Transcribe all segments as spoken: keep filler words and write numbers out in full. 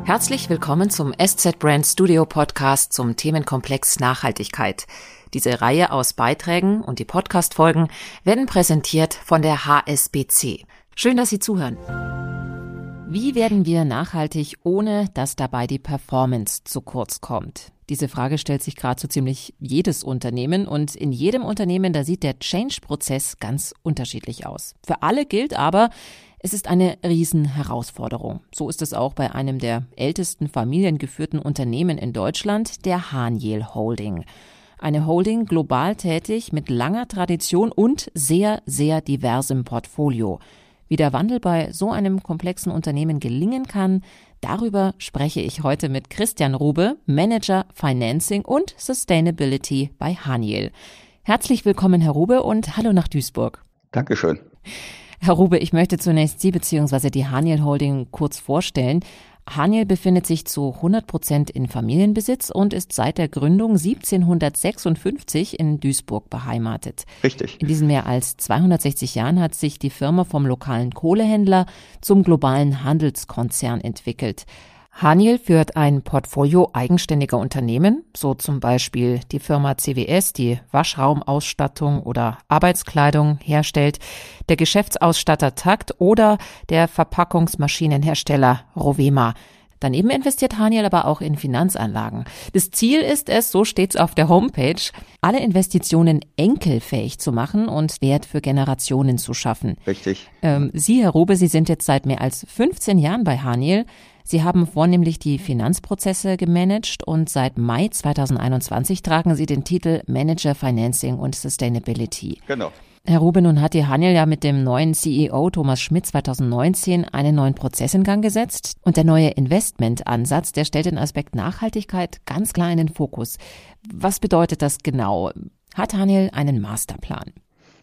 Herzlich willkommen zum S Z Brand Studio Podcast zum Themenkomplex Nachhaltigkeit. Diese Reihe aus Beiträgen und die Podcast-Folgen werden präsentiert von der H S B C. Schön, dass Sie zuhören. Wie werden wir nachhaltig, ohne dass dabei die Performance zu kurz kommt? Diese Frage stellt sich gerade so ziemlich jedes Unternehmen und in jedem Unternehmen, da sieht der Change-Prozess ganz unterschiedlich aus. Für alle gilt aber, es ist eine Riesenherausforderung. So ist es auch bei einem der ältesten familiengeführten Unternehmen in Deutschland, der Haniel Holding. Eine Holding global tätig mit langer Tradition und sehr, sehr diversem Portfolio. Wie der Wandel bei so einem komplexen Unternehmen gelingen kann, darüber spreche ich heute mit Christian Rube, Manager Financing und Sustainability bei Haniel. Herzlich willkommen, Herr Rube, und hallo nach Duisburg. Dankeschön. Herr Rube, ich möchte zunächst Sie bzw. die Haniel Holding kurz vorstellen. Haniel befindet sich zu hundert Prozent in Familienbesitz und ist seit der Gründung siebzehnhundertsechsundfünfzig in Duisburg beheimatet. Richtig. In diesen mehr als zweihundertsechzig Jahren hat sich die Firma vom lokalen Kohlehändler zum globalen Handelskonzern entwickelt. Haniel führt ein Portfolio eigenständiger Unternehmen, so zum Beispiel die Firma C W S, die Waschraumausstattung oder Arbeitskleidung herstellt, der Geschäftsausstatter Takt oder der Verpackungsmaschinenhersteller Rovema. Daneben investiert Haniel aber auch in Finanzanlagen. Das Ziel ist es, so steht's auf der Homepage, alle Investitionen enkelfähig zu machen und Wert für Generationen zu schaffen. Richtig. Ähm, Sie, Herr Rube, Sie sind jetzt seit mehr als fünfzehn Jahren bei Haniel. Sie haben vornehmlich die Finanzprozesse gemanagt und seit Mai zweitausendeinundzwanzig tragen Sie den Titel Manager Financing und Sustainability. Genau. Herr Rube, nun hat die Haniel ja mit dem neuen C E O Thomas Schmidt zweitausendneunzehn einen neuen Prozess in Gang gesetzt. Und der neue Investmentansatz, der stellt den Aspekt Nachhaltigkeit ganz klar in den Fokus. Was bedeutet das genau? Hat Haniel einen Masterplan?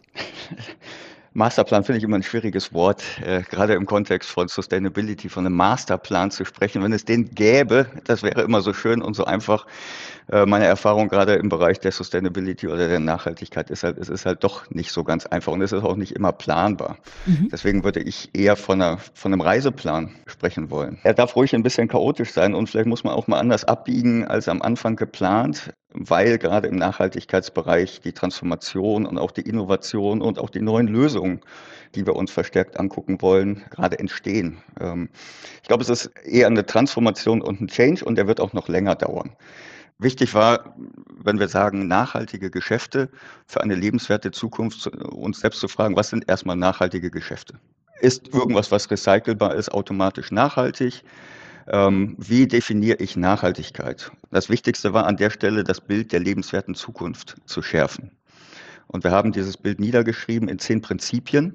Masterplan finde ich immer ein schwieriges Wort, äh, gerade im Kontext von Sustainability, von einem Masterplan zu sprechen. Wenn es den gäbe, das wäre immer so schön und so einfach. Äh, meine Erfahrung gerade im Bereich der Sustainability oder der Nachhaltigkeit ist halt, es ist halt doch nicht so ganz einfach und es ist auch nicht immer planbar. Mhm. Deswegen würde ich eher von, einer, von einem Reiseplan sprechen wollen. Er darf ruhig ein bisschen chaotisch sein und vielleicht muss man auch mal anders abbiegen als am Anfang geplant, weil gerade im Nachhaltigkeitsbereich die Transformation und auch die Innovation und auch die neuen Lösungen, die wir uns verstärkt angucken wollen, gerade entstehen. Ich glaube, es ist eher eine Transformation und ein Change und der wird auch noch länger dauern. Wichtig war, wenn wir sagen, nachhaltige Geschäfte für eine lebenswerte Zukunft, uns selbst zu fragen, was sind erstmal nachhaltige Geschäfte? Ist irgendwas, was recycelbar ist, automatisch nachhaltig? Ähm, wie definiere ich Nachhaltigkeit? Das Wichtigste war an der Stelle, das Bild der lebenswerten Zukunft zu schärfen. Und wir haben dieses Bild niedergeschrieben in zehn Prinzipien,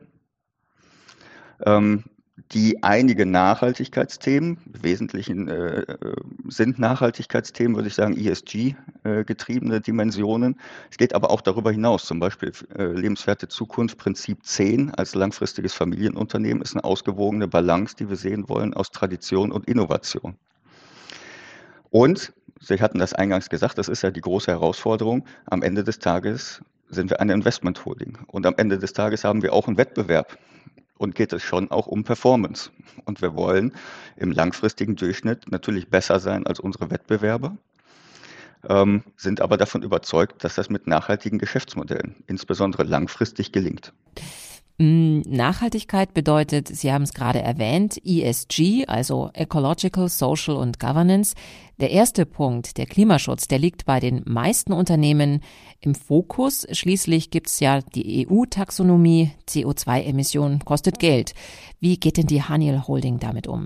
ähm, die einige Nachhaltigkeitsthemen, im Wesentlichen äh, sind Nachhaltigkeitsthemen, würde ich sagen, E S G-getriebene äh, Dimensionen. Es geht aber auch darüber hinaus, zum Beispiel äh, lebenswerte Zukunft, Prinzip zehn als langfristiges Familienunternehmen ist eine ausgewogene Balance, die wir sehen wollen aus Tradition und Innovation. Und, Sie hatten das eingangs gesagt, das ist ja die große Herausforderung, am Ende des Tages sind wir eine Investment-Holding und am Ende des Tages haben wir auch einen Wettbewerb. Und geht es schon auch um Performance. Und wir wollen im langfristigen Durchschnitt natürlich besser sein als unsere Wettbewerber, ähm, sind aber davon überzeugt, dass das mit nachhaltigen Geschäftsmodellen insbesondere langfristig gelingt. Nachhaltigkeit bedeutet, Sie haben es gerade erwähnt, E S G, also Ecological, Social und Governance. Der erste Punkt, der Klimaschutz, der liegt bei den meisten Unternehmen im Fokus. Schließlich gibt es ja die E U-Taxonomie, C O zwei Emissionen kostet Geld. Wie geht denn die Haniel Holding damit um?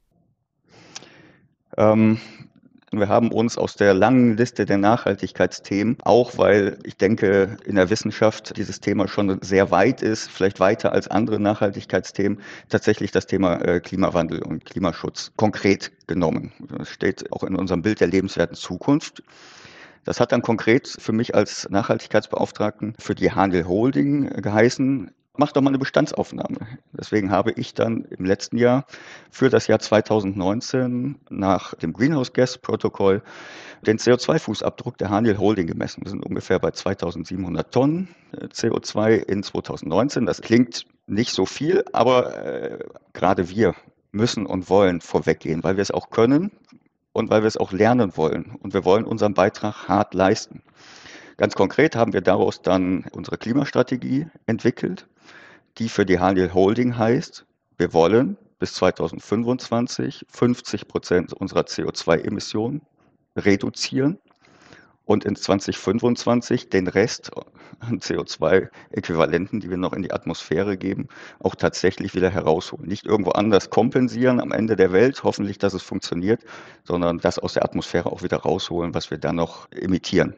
Ähm Wir haben uns aus der langen Liste der Nachhaltigkeitsthemen, auch weil ich denke, in der Wissenschaft dieses Thema schon sehr weit ist, vielleicht weiter als andere Nachhaltigkeitsthemen, tatsächlich das Thema Klimawandel und Klimaschutz konkret genommen. Das steht auch in unserem Bild der lebenswerten Zukunft. Das hat dann konkret für mich als Nachhaltigkeitsbeauftragten für die Haniel Holding geheißen, mach doch mal eine Bestandsaufnahme. Deswegen habe ich dann im letzten Jahr für das Jahr zweitausendneunzehn nach dem Greenhouse Gas Protokoll den C O zwei Fußabdruck der Haniel Holding gemessen. Wir sind ungefähr bei zweitausendsiebenhundert Tonnen C O zwei in zweitausendneunzehn. Das klingt nicht so viel, aber äh, gerade wir müssen und wollen vorweggehen, weil wir es auch können und weil wir es auch lernen wollen. Und wir wollen unseren Beitrag hart leisten. Ganz konkret haben wir daraus dann unsere Klimastrategie entwickelt, die für die Haniel Holding heißt, wir wollen bis zweitausendfünfundzwanzig fünfzig Prozent unserer C O zwei Emissionen reduzieren und in zweitausendfünfundzwanzig den Rest an C O zwei Äquivalenten, die wir noch in die Atmosphäre geben, auch tatsächlich wieder herausholen. Nicht irgendwo anders kompensieren am Ende der Welt, hoffentlich, dass es funktioniert, sondern das aus der Atmosphäre auch wieder rausholen, was wir dann noch emittieren.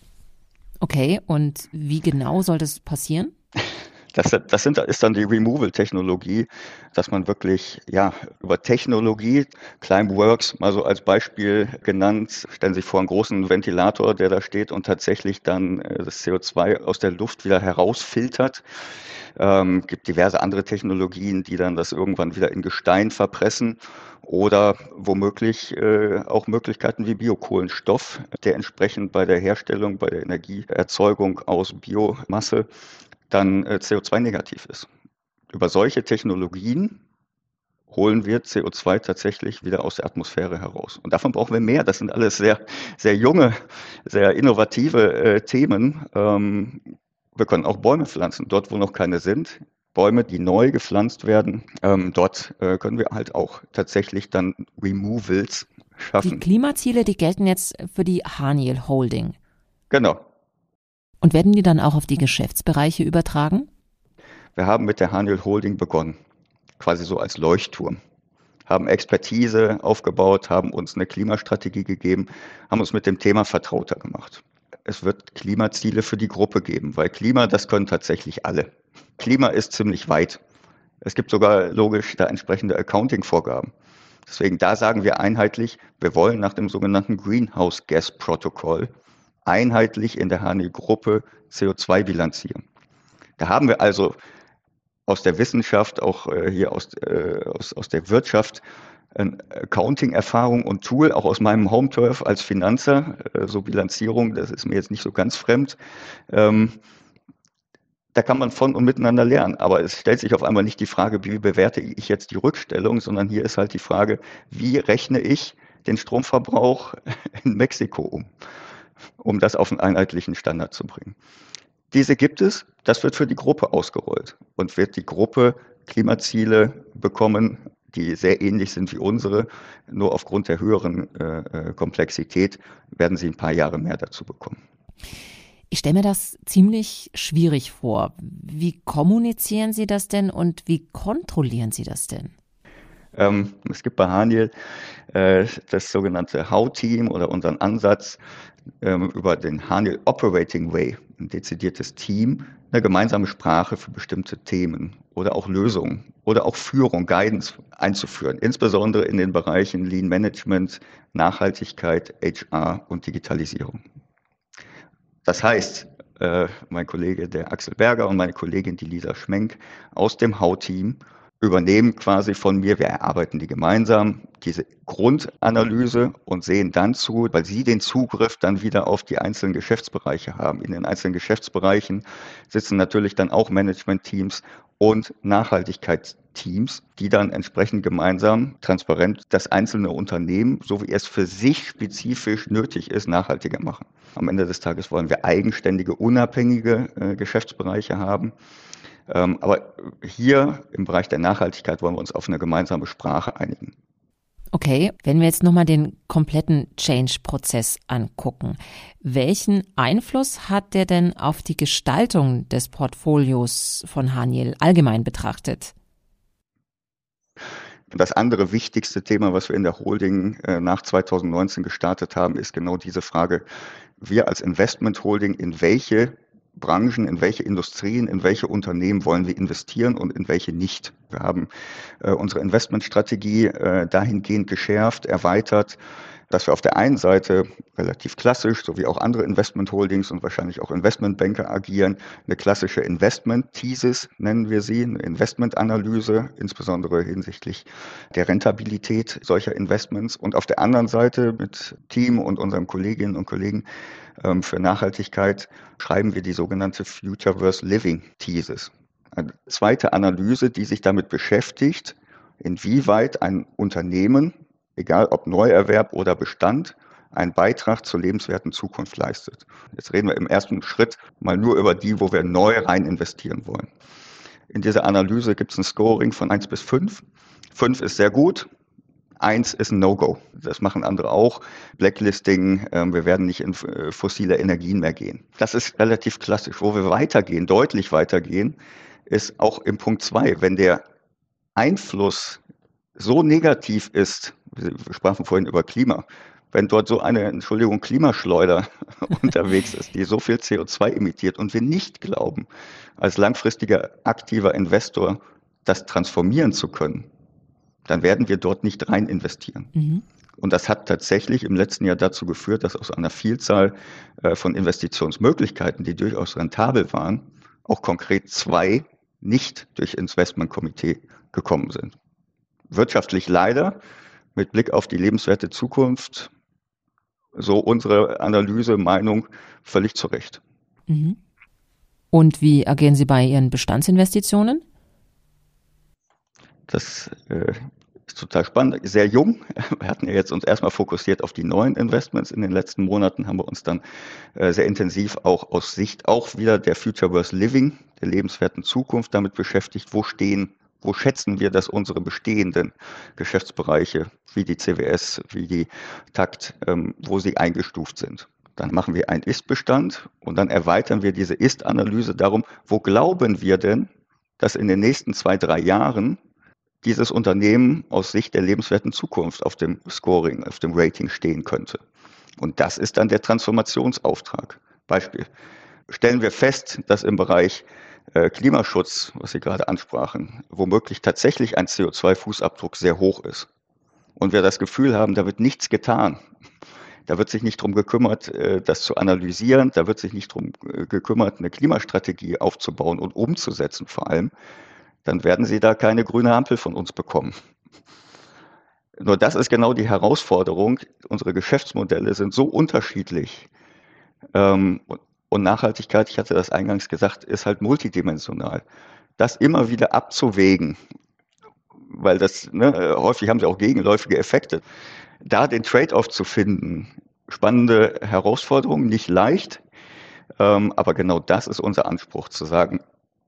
Okay, und wie genau soll das passieren? Das, das sind, ist dann die Removal-Technologie, dass man wirklich ja, über Technologie, Climeworks mal so als Beispiel genannt, stellen Sie sich vor einen großen Ventilator, der da steht und tatsächlich dann das C O zwei aus der Luft wieder herausfiltert. Ähm, gibt diverse andere Technologien, die dann das irgendwann wieder in Gestein verpressen oder womöglich äh, auch Möglichkeiten wie Biokohlenstoff, der entsprechend bei der Herstellung, bei der Energieerzeugung aus Biomasse dann äh, C O zwei negativ ist. Über solche Technologien holen wir C O zwei tatsächlich wieder aus der Atmosphäre heraus. Und davon brauchen wir mehr. Das sind alles sehr, sehr junge, sehr innovative äh, Themen. Ähm, wir können auch Bäume pflanzen, dort wo noch keine sind. Bäume, die neu gepflanzt werden, ähm, dort äh, können wir halt auch tatsächlich dann Removals schaffen. Die Klimaziele, die gelten jetzt für die Haniel Holding. Genau. Und werden die dann auch auf die Geschäftsbereiche übertragen? Wir haben mit der Haniel Holding begonnen, quasi so als Leuchtturm, haben Expertise aufgebaut, haben uns eine Klimastrategie gegeben, haben uns mit dem Thema vertrauter gemacht. Es wird Klimaziele für die Gruppe geben, weil Klima, das können tatsächlich alle. Klima ist ziemlich weit. Es gibt sogar logisch da entsprechende Accounting-Vorgaben. Deswegen da sagen wir einheitlich, wir wollen nach dem sogenannten Greenhouse Gas Protocol einheitlich in der Haniel-Gruppe C O zwei bilanzieren. Da haben wir also aus der Wissenschaft, auch äh, hier aus, äh, aus, aus der Wirtschaft, äh, Accounting-Erfahrung und Tool, auch aus meinem Home-Turf als Finanzer, äh, so Bilanzierung, das ist mir jetzt nicht so ganz fremd. Ähm, da kann man von und miteinander lernen, aber es stellt sich auf einmal nicht die Frage, wie bewerte ich jetzt die Rückstellung, sondern hier ist halt die Frage, wie rechne ich den Stromverbrauch in Mexiko um, um das auf einen einheitlichen Standard zu bringen. Diese gibt es, das wird für die Gruppe ausgerollt und wird die Gruppe Klimaziele bekommen, die sehr ähnlich sind wie unsere, nur aufgrund der höheren äh, Komplexität werden sie ein paar Jahre mehr dazu bekommen. Ich stelle mir das ziemlich schwierig vor. Wie kommunizieren Sie das denn und wie kontrollieren Sie das denn? Ähm, es gibt bei Haniel äh, das sogenannte How Team oder unseren Ansatz, ähm, über den Haniel Operating Way, ein dezidiertes Team, eine gemeinsame Sprache für bestimmte Themen oder auch Lösungen oder auch Führung, Guidance einzuführen, insbesondere in den Bereichen Lean Management, Nachhaltigkeit, H R und Digitalisierung. Das heißt, äh, mein Kollege, der Axel Berger und meine Kollegin, die Lisa Schmenk aus dem How Team übernehmen quasi von mir, wir erarbeiten die gemeinsam, diese Grundanalyse und sehen dann zu, weil sie den Zugriff dann wieder auf die einzelnen Geschäftsbereiche haben. In den einzelnen Geschäftsbereichen sitzen natürlich dann auch Management-Teams und Nachhaltigkeitsteams, die dann entsprechend gemeinsam transparent das einzelne Unternehmen, so wie es für sich spezifisch nötig ist, nachhaltiger machen. Am Ende des Tages wollen wir eigenständige, unabhängige äh, Geschäftsbereiche haben. Ähm, aber hier im Bereich der Nachhaltigkeit wollen wir uns auf eine gemeinsame Sprache einigen. Okay, wenn wir jetzt nochmal den kompletten Change-Prozess angucken, welchen Einfluss hat der denn auf die Gestaltung des Portfolios von Haniel allgemein betrachtet? Das andere wichtigste Thema, was wir in der Holding äh, nach zweitausendneunzehn gestartet haben, ist genau diese Frage, wir als Investment Holding, in welche Branchen, in welche Industrien, in welche Unternehmen wollen wir investieren und in welche nicht. Wir haben äh, unsere Investmentstrategie äh, dahingehend geschärft, erweitert, dass wir auf der einen Seite relativ klassisch, so wie auch andere Investment-Holdings und wahrscheinlich auch Investmentbanker agieren, eine klassische Investment-Thesis nennen wir sie, eine Investmentanalyse, insbesondere hinsichtlich der Rentabilität solcher Investments. Und auf der anderen Seite mit Team und unseren Kolleginnen und Kollegen ähm, für Nachhaltigkeit schreiben wir die sogenannte Futureverse Living Thesis. Eine zweite Analyse, die sich damit beschäftigt, inwieweit ein Unternehmen, egal ob Neuerwerb oder Bestand, einen Beitrag zur lebenswerten Zukunft leistet. Jetzt reden wir im ersten Schritt mal nur über die, wo wir neu rein investieren wollen. In dieser Analyse gibt es ein Scoring von eins bis fünf. fünf ist sehr gut, eins ist ein No-Go. Das machen andere auch. Blacklisting, äh, wir werden nicht in äh, fossile Energien mehr gehen. Das ist relativ klassisch. Wo wir weitergehen, deutlich weitergehen, ist auch im Punkt zwei, wenn der Einfluss so negativ ist, wir sprachen vorhin über Klima, wenn dort so eine, Entschuldigung, Klimaschleuder unterwegs ist, die so viel C O zwei emittiert und wir nicht glauben, als langfristiger aktiver Investor das transformieren zu können, dann werden wir dort nicht rein investieren. Mhm. Und das hat tatsächlich im letzten Jahr dazu geführt, dass aus einer Vielzahl äh, von Investitionsmöglichkeiten, die durchaus rentabel waren, auch konkret zwei nicht durch Investmentkomitee gekommen sind. Wirtschaftlich leider, mit Blick auf die lebenswerte Zukunft, so unsere Analyse, Meinung, völlig zu Recht. Mhm. Und wie agieren Sie bei Ihren Bestandsinvestitionen? Das äh, ist total spannend, sehr jung. Wir hatten ja jetzt uns erstmal fokussiert auf die neuen Investments. In den letzten Monaten haben wir uns dann äh, sehr intensiv auch aus Sicht auch wieder der Future Worth Living, der lebenswerten Zukunft damit beschäftigt. Wo stehen, wo schätzen wir, dass unsere bestehenden Geschäftsbereiche wie die C W S, wie die Takt, ähm, wo sie eingestuft sind. Dann machen wir einen Ist-Bestand und dann erweitern wir diese Ist-Analyse darum, wo glauben wir denn, dass in den nächsten zwei, drei Jahren dieses Unternehmen aus Sicht der lebenswerten Zukunft auf dem Scoring, auf dem Rating stehen könnte. Und das ist dann der Transformationsauftrag. Beispiel. Stellen wir fest, dass im Bereich äh, Klimaschutz, was Sie gerade ansprachen, womöglich tatsächlich ein C O zwei Fußabdruck sehr hoch ist. Und wir das Gefühl haben, da wird nichts getan. Da wird sich nicht darum gekümmert, äh, das zu analysieren. Da wird sich nicht darum äh, gekümmert, eine Klimastrategie aufzubauen und umzusetzen vor allem. Dann werden Sie da keine grüne Ampel von uns bekommen. Nur das ist genau die Herausforderung. Unsere Geschäftsmodelle sind so unterschiedlich. Ähm, und Nachhaltigkeit, ich hatte das eingangs gesagt, ist halt multidimensional. Das immer wieder abzuwägen, weil das, ne, häufig haben sie auch gegenläufige Effekte. Da den Trade-off zu finden, spannende Herausforderung, nicht leicht. Ähm, aber genau das ist unser Anspruch, zu sagen,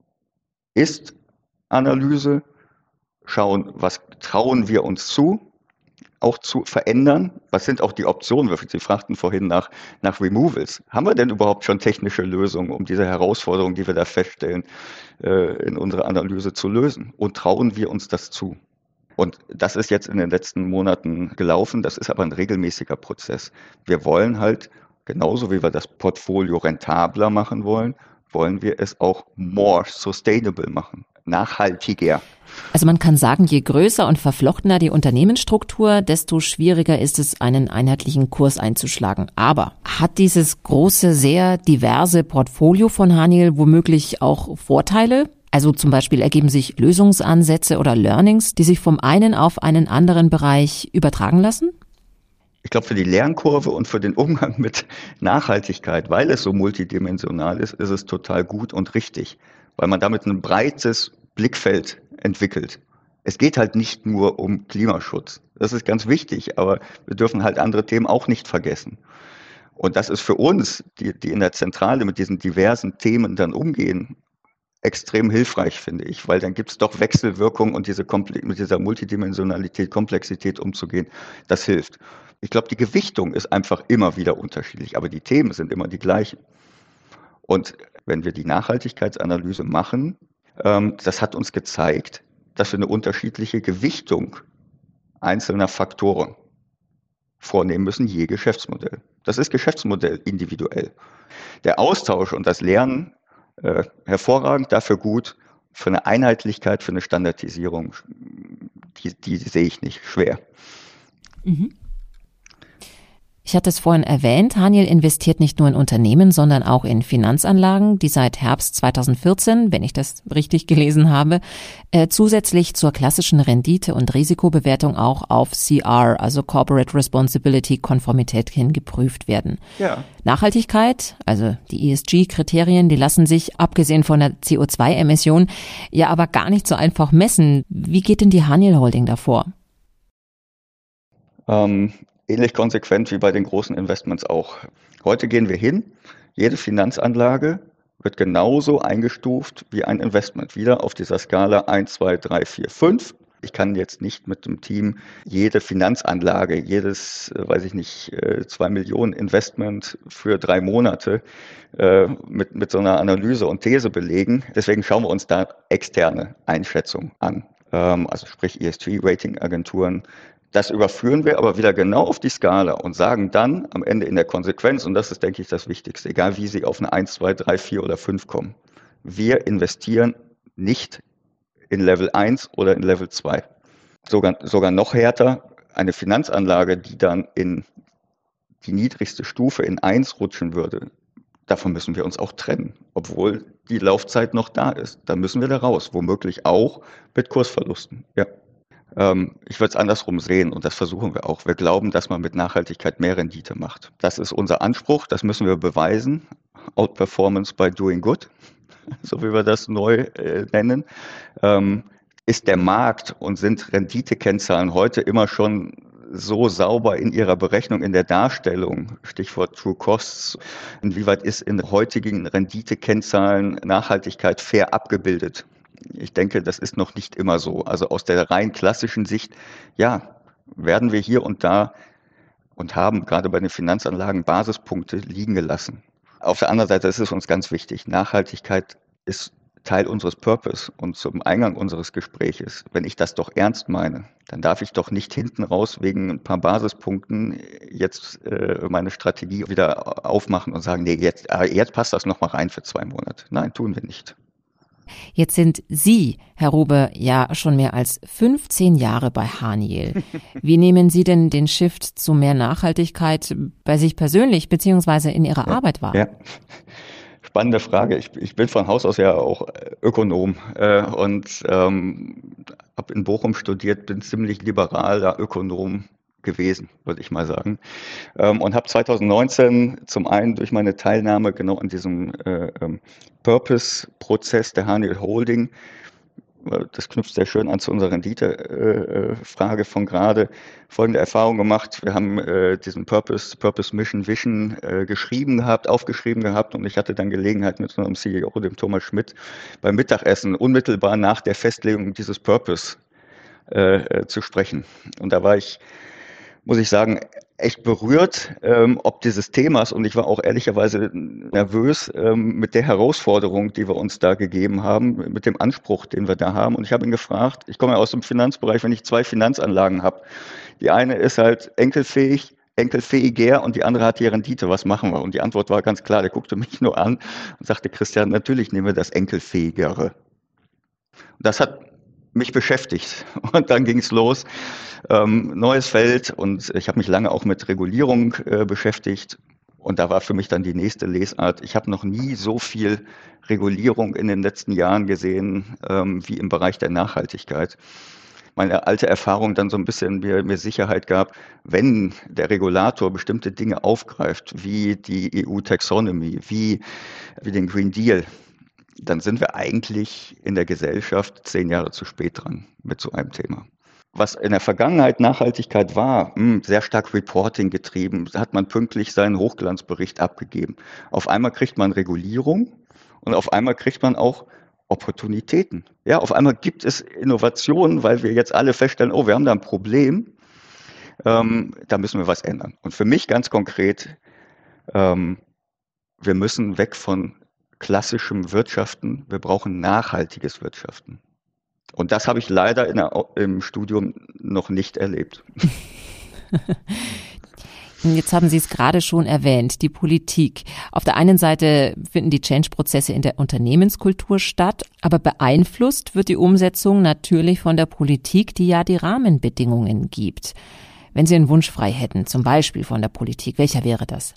ist Analyse, schauen, was trauen wir uns zu, auch zu verändern. Was sind auch die Optionen? Sie fragten vorhin nach, nach Removals. Haben wir denn überhaupt schon technische Lösungen, um diese Herausforderung, die wir da feststellen, in unserer Analyse zu lösen? Und trauen wir uns das zu? Und das ist jetzt in den letzten Monaten gelaufen. Das ist aber ein regelmäßiger Prozess. Wir wollen halt, genauso wie wir das Portfolio rentabler machen wollen, wollen wir es auch more sustainable machen, nachhaltiger. Also man kann sagen, je größer und verflochtener die Unternehmensstruktur, desto schwieriger ist es, einen einheitlichen Kurs einzuschlagen. Aber hat dieses große, sehr diverse Portfolio von Haniel womöglich auch Vorteile? Also zum Beispiel ergeben sich Lösungsansätze oder Learnings, die sich vom einen auf einen anderen Bereich übertragen lassen? Ich glaube, für die Lernkurve und für den Umgang mit Nachhaltigkeit, weil es so multidimensional ist, ist es total gut und richtig, weil man damit ein breites Blickfeld entwickelt. Es geht halt nicht nur um Klimaschutz. Das ist ganz wichtig, aber wir dürfen halt andere Themen auch nicht vergessen. Und das ist für uns, die, die in der Zentrale mit diesen diversen Themen dann umgehen, extrem hilfreich, finde ich, weil dann gibt es doch Wechselwirkungen und diese Komple- mit dieser Multidimensionalität, Komplexität umzugehen, das hilft. Ich glaube, die Gewichtung ist einfach immer wieder unterschiedlich, aber die Themen sind immer die gleichen. Und wenn wir die Nachhaltigkeitsanalyse machen, ähm, das hat uns gezeigt, dass wir eine unterschiedliche Gewichtung einzelner Faktoren vornehmen müssen, je Geschäftsmodell. Das ist Geschäftsmodell individuell. Der Austausch und das Lernen äh, hervorragend, dafür gut, für eine Einheitlichkeit, für eine Standardisierung, die, die sehe ich nicht, schwer. Mhm. Ich hatte es vorhin erwähnt, Haniel investiert nicht nur in Unternehmen, sondern auch in Finanzanlagen, die seit Herbst zweitausendvierzehn, wenn ich das richtig gelesen habe, äh, zusätzlich zur klassischen Rendite- und Risikobewertung auch auf C R, also Corporate Responsibility Konformität hin geprüft werden. Ja. Nachhaltigkeit, also die E S G-Kriterien, die lassen sich, abgesehen von der C O zwei Emission, ja aber gar nicht so einfach messen. Wie geht denn die Haniel Holding davor? Ähm, ähnlich konsequent wie bei den großen Investments auch. Heute gehen wir hin, jede Finanzanlage wird genauso eingestuft wie ein Investment, wieder auf dieser Skala eins, zwei, drei, vier, fünf. Ich kann jetzt nicht mit dem Team jede Finanzanlage, jedes, weiß ich nicht, zwei Millionen Investment für drei Monate äh, mit, mit so einer Analyse und These belegen. Deswegen schauen wir uns da externe Einschätzungen an. Ähm, also sprich E S G-Rating-Agenturen. Das überführen wir aber wieder genau auf die Skala und sagen dann am Ende in der Konsequenz, und das ist, denke ich, das Wichtigste, egal wie Sie auf eine eins, zwei, drei, vier oder fünf kommen, wir investieren nicht in Level eins oder in Level zwei. Sogar, sogar noch härter, eine Finanzanlage, die dann in die niedrigste Stufe in eins rutschen würde, davon müssen wir uns auch trennen, obwohl die Laufzeit noch da ist. Da müssen wir da raus, womöglich auch mit Kursverlusten. Ja. Ich würde es andersrum sehen und das versuchen wir auch. Wir glauben, dass man mit Nachhaltigkeit mehr Rendite macht. Das ist unser Anspruch, das müssen wir beweisen. Outperformance by doing good, so wie wir das neu äh, nennen. Ähm, ist der Markt und sind Renditekennzahlen heute immer schon so sauber in ihrer Berechnung, in der Darstellung, Stichwort True Costs, inwieweit ist in heutigen Renditekennzahlen Nachhaltigkeit fair abgebildet? Ich denke, das ist noch nicht immer so. Also aus der rein klassischen Sicht, ja, werden wir hier und da und haben gerade bei den Finanzanlagen Basispunkte liegen gelassen. Auf der anderen Seite ist es uns ganz wichtig. Nachhaltigkeit ist Teil unseres Purpose und zum Eingang unseres Gespräches. Wenn ich das doch ernst meine, dann darf ich doch nicht hinten raus wegen ein paar Basispunkten jetzt äh, meine Strategie wieder aufmachen und sagen, nee, jetzt, jetzt passt das nochmal rein für zwei Monate. Nein, tun wir nicht. Jetzt sind Sie, Herr Rube, ja schon mehr als fünfzehn Jahre bei Haniel. Wie nehmen Sie denn den Shift zu mehr Nachhaltigkeit bei sich persönlich beziehungsweise in Ihrer ja, Arbeit wahr? Ja. Spannende Frage. Ich, ich bin von Haus aus ja auch Ökonom äh, und ähm, habe in Bochum studiert, bin ziemlich liberaler Ökonom gewesen, würde ich mal sagen. Ähm, und habe zweitausendneunzehn zum einen durch meine Teilnahme genau an diesem äh, ähm, Purpose-Prozess der Haniel Holding, das knüpft sehr schön an zu unserer Rendite-Frage äh, von gerade, folgende Erfahrung gemacht. Wir haben äh, diesen Purpose, Purpose Mission Vision äh, geschrieben gehabt, aufgeschrieben gehabt und ich hatte dann Gelegenheit mit unserem C E O, dem Thomas Schmidt, beim Mittagessen unmittelbar nach der Festlegung dieses Purpose äh, zu sprechen. Und da war ich, muss ich sagen, echt berührt, ähm, ob dieses Themas, und ich war auch ehrlicherweise nervös ähm, mit der Herausforderung, die wir uns da gegeben haben, mit dem Anspruch, den wir da haben. Und ich habe ihn gefragt, ich komme ja aus dem Finanzbereich, wenn ich zwei Finanzanlagen habe, die eine ist halt enkelfähig, enkelfähiger und die andere hat die Rendite, was machen wir? Und die Antwort war ganz klar, der guckte mich nur an und sagte, Christian, natürlich nehmen wir das enkelfähigere. Und das hat mich beschäftigt und dann ging es los. Ähm, neues Feld und ich habe mich lange auch mit Regulierung äh, beschäftigt und da war für mich dann die nächste Lesart. Ich habe noch nie so viel Regulierung in den letzten Jahren gesehen ähm, wie im Bereich der Nachhaltigkeit. Meine alte Erfahrung dann so ein bisschen mir, mir Sicherheit gab, wenn der Regulator bestimmte Dinge aufgreift, wie die E U-Taxonomy, wie, wie den Green Deal, dann sind wir eigentlich in der Gesellschaft zehn Jahre zu spät dran mit so einem Thema. Was in der Vergangenheit Nachhaltigkeit war, mh, sehr stark Reporting getrieben, hat man pünktlich seinen Hochglanzbericht abgegeben. Auf einmal kriegt man Regulierung und auf einmal kriegt man auch Opportunitäten. Ja, auf einmal gibt es Innovationen, weil wir jetzt alle feststellen, oh, wir haben da ein Problem, ähm, da müssen wir was ändern. Und für mich ganz konkret, ähm, wir müssen weg von klassischem Wirtschaften, wir brauchen nachhaltiges Wirtschaften. Und das habe ich leider in der, im Studium noch nicht erlebt. Jetzt haben Sie es gerade schon erwähnt, die Politik. Auf der einen Seite finden die Change-Prozesse in der Unternehmenskultur statt, aber beeinflusst wird die Umsetzung natürlich von der Politik, die ja die Rahmenbedingungen gibt. Wenn Sie einen Wunsch frei hätten, zum Beispiel von der Politik, welcher wäre das?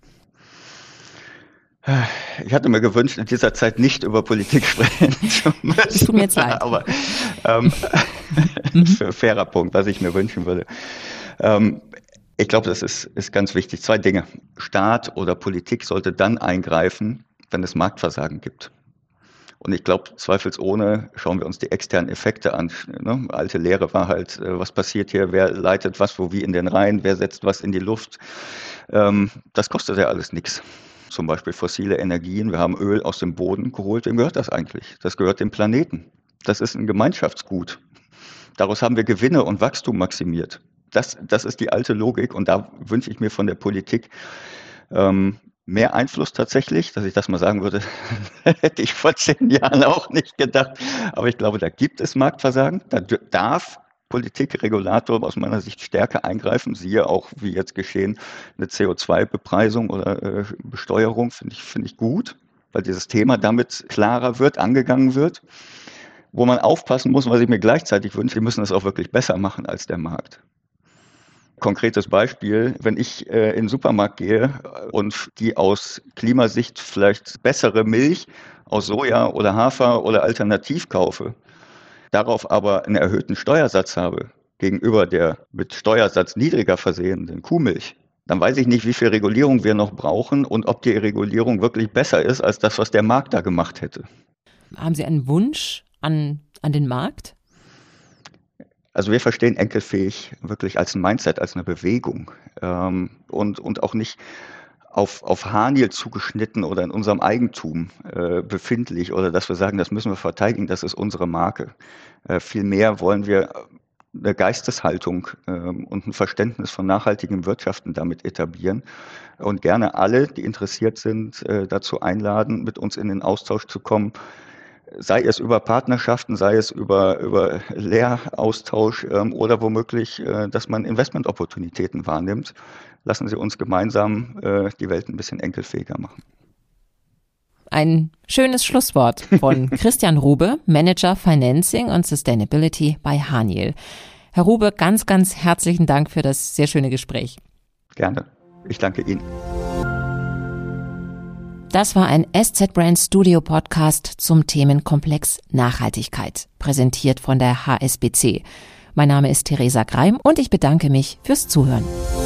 Ich hatte mir gewünscht, in dieser Zeit nicht über Politik sprechen zu müssen. Das tut mir jetzt leid. Aber ähm, das ist ein fairer Punkt, was ich mir wünschen würde. Ähm, ich glaube, das ist, ist ganz wichtig. Zwei Dinge. Staat oder Politik sollte dann eingreifen, wenn es Marktversagen gibt. Und ich glaube, zweifelsohne schauen wir uns die externen Effekte an. Ne? Alte Lehre war halt, was passiert hier, wer leitet was wo wie in den Rhein, wer setzt was in die Luft. Ähm, das kostet ja alles nichts. Zum Beispiel fossile Energien. Wir haben Öl aus dem Boden geholt. Wem gehört das eigentlich? Das gehört dem Planeten. Das ist ein Gemeinschaftsgut. Daraus haben wir Gewinne und Wachstum maximiert. Das, das ist die alte Logik. Und da wünsche ich mir von der Politik ähm, mehr Einfluss tatsächlich. Dass ich das mal sagen würde, hätte ich vor zehn Jahren auch nicht gedacht. Aber ich glaube, da gibt es Marktversagen. Da darf Politik, Regulator aus meiner Sicht stärker eingreifen, siehe auch, wie jetzt geschehen, eine C O zwei Bepreisung oder äh, Besteuerung, finde ich, finde ich gut, weil dieses Thema damit klarer wird, angegangen wird. Wo man aufpassen muss, was ich mir gleichzeitig wünsche, wir müssen es auch wirklich besser machen als der Markt. Konkretes Beispiel, wenn ich äh, in den Supermarkt gehe und die aus Klimasicht vielleicht bessere Milch aus Soja oder Hafer oder Alternativ kaufe, darauf aber einen erhöhten Steuersatz habe gegenüber der mit Steuersatz niedriger versehenen Kuhmilch, dann weiß ich nicht, wie viel Regulierung wir noch brauchen und ob die Regulierung wirklich besser ist als das, was der Markt da gemacht hätte. Haben Sie einen Wunsch an, an den Markt? Also wir verstehen enkelfähig wirklich als ein Mindset, als eine Bewegung ähm, und, und auch nicht auf, auf Haniel zugeschnitten oder in unserem Eigentum äh, befindlich oder dass wir sagen, das müssen wir verteidigen, das ist unsere Marke. Äh, vielmehr wollen wir eine Geisteshaltung äh, und ein Verständnis von nachhaltigem Wirtschaften damit etablieren und gerne alle, die interessiert sind, äh, dazu einladen, mit uns in den Austausch zu kommen, sei es über Partnerschaften, sei es über, über Lehraustausch ähm, oder womöglich, äh, dass man Investmentopportunitäten wahrnimmt. Lassen Sie uns gemeinsam äh, die Welt ein bisschen enkelfähiger machen. Ein schönes Schlusswort von Christian Rube, Manager Financing und Sustainability bei Haniel. Herr Rube, ganz, ganz herzlichen Dank für das sehr schöne Gespräch. Gerne. Ich danke Ihnen. Das war ein S Z Brand Studio Podcast zum Themenkomplex Nachhaltigkeit, präsentiert von der H S B C. Mein Name ist Theresa Greim und ich bedanke mich fürs Zuhören.